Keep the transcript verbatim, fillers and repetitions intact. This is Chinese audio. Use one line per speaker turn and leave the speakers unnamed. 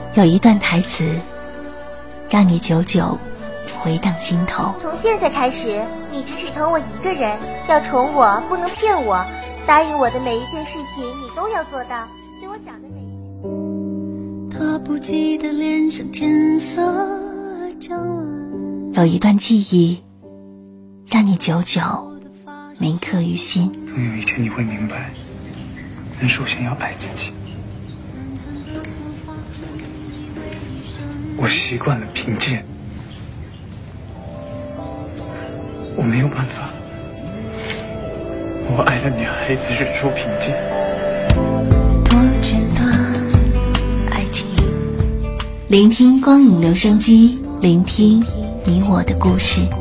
有一段台词让你久久回荡心头。
从现在开始，你只许疼我一个人，要宠我，不能骗我，答应我的每一件事情你都要做到，对我讲的每一句。
他不记得脸上天色将晚，
有一段记忆让你久久铭刻于心。
总有一天你会明白，人首先要爱自己。我习惯了贫贱，我没有办法，我爱了你孩子忍受贫贱。
多简单爱情，
聆听光影留声机，聆听你我的故事。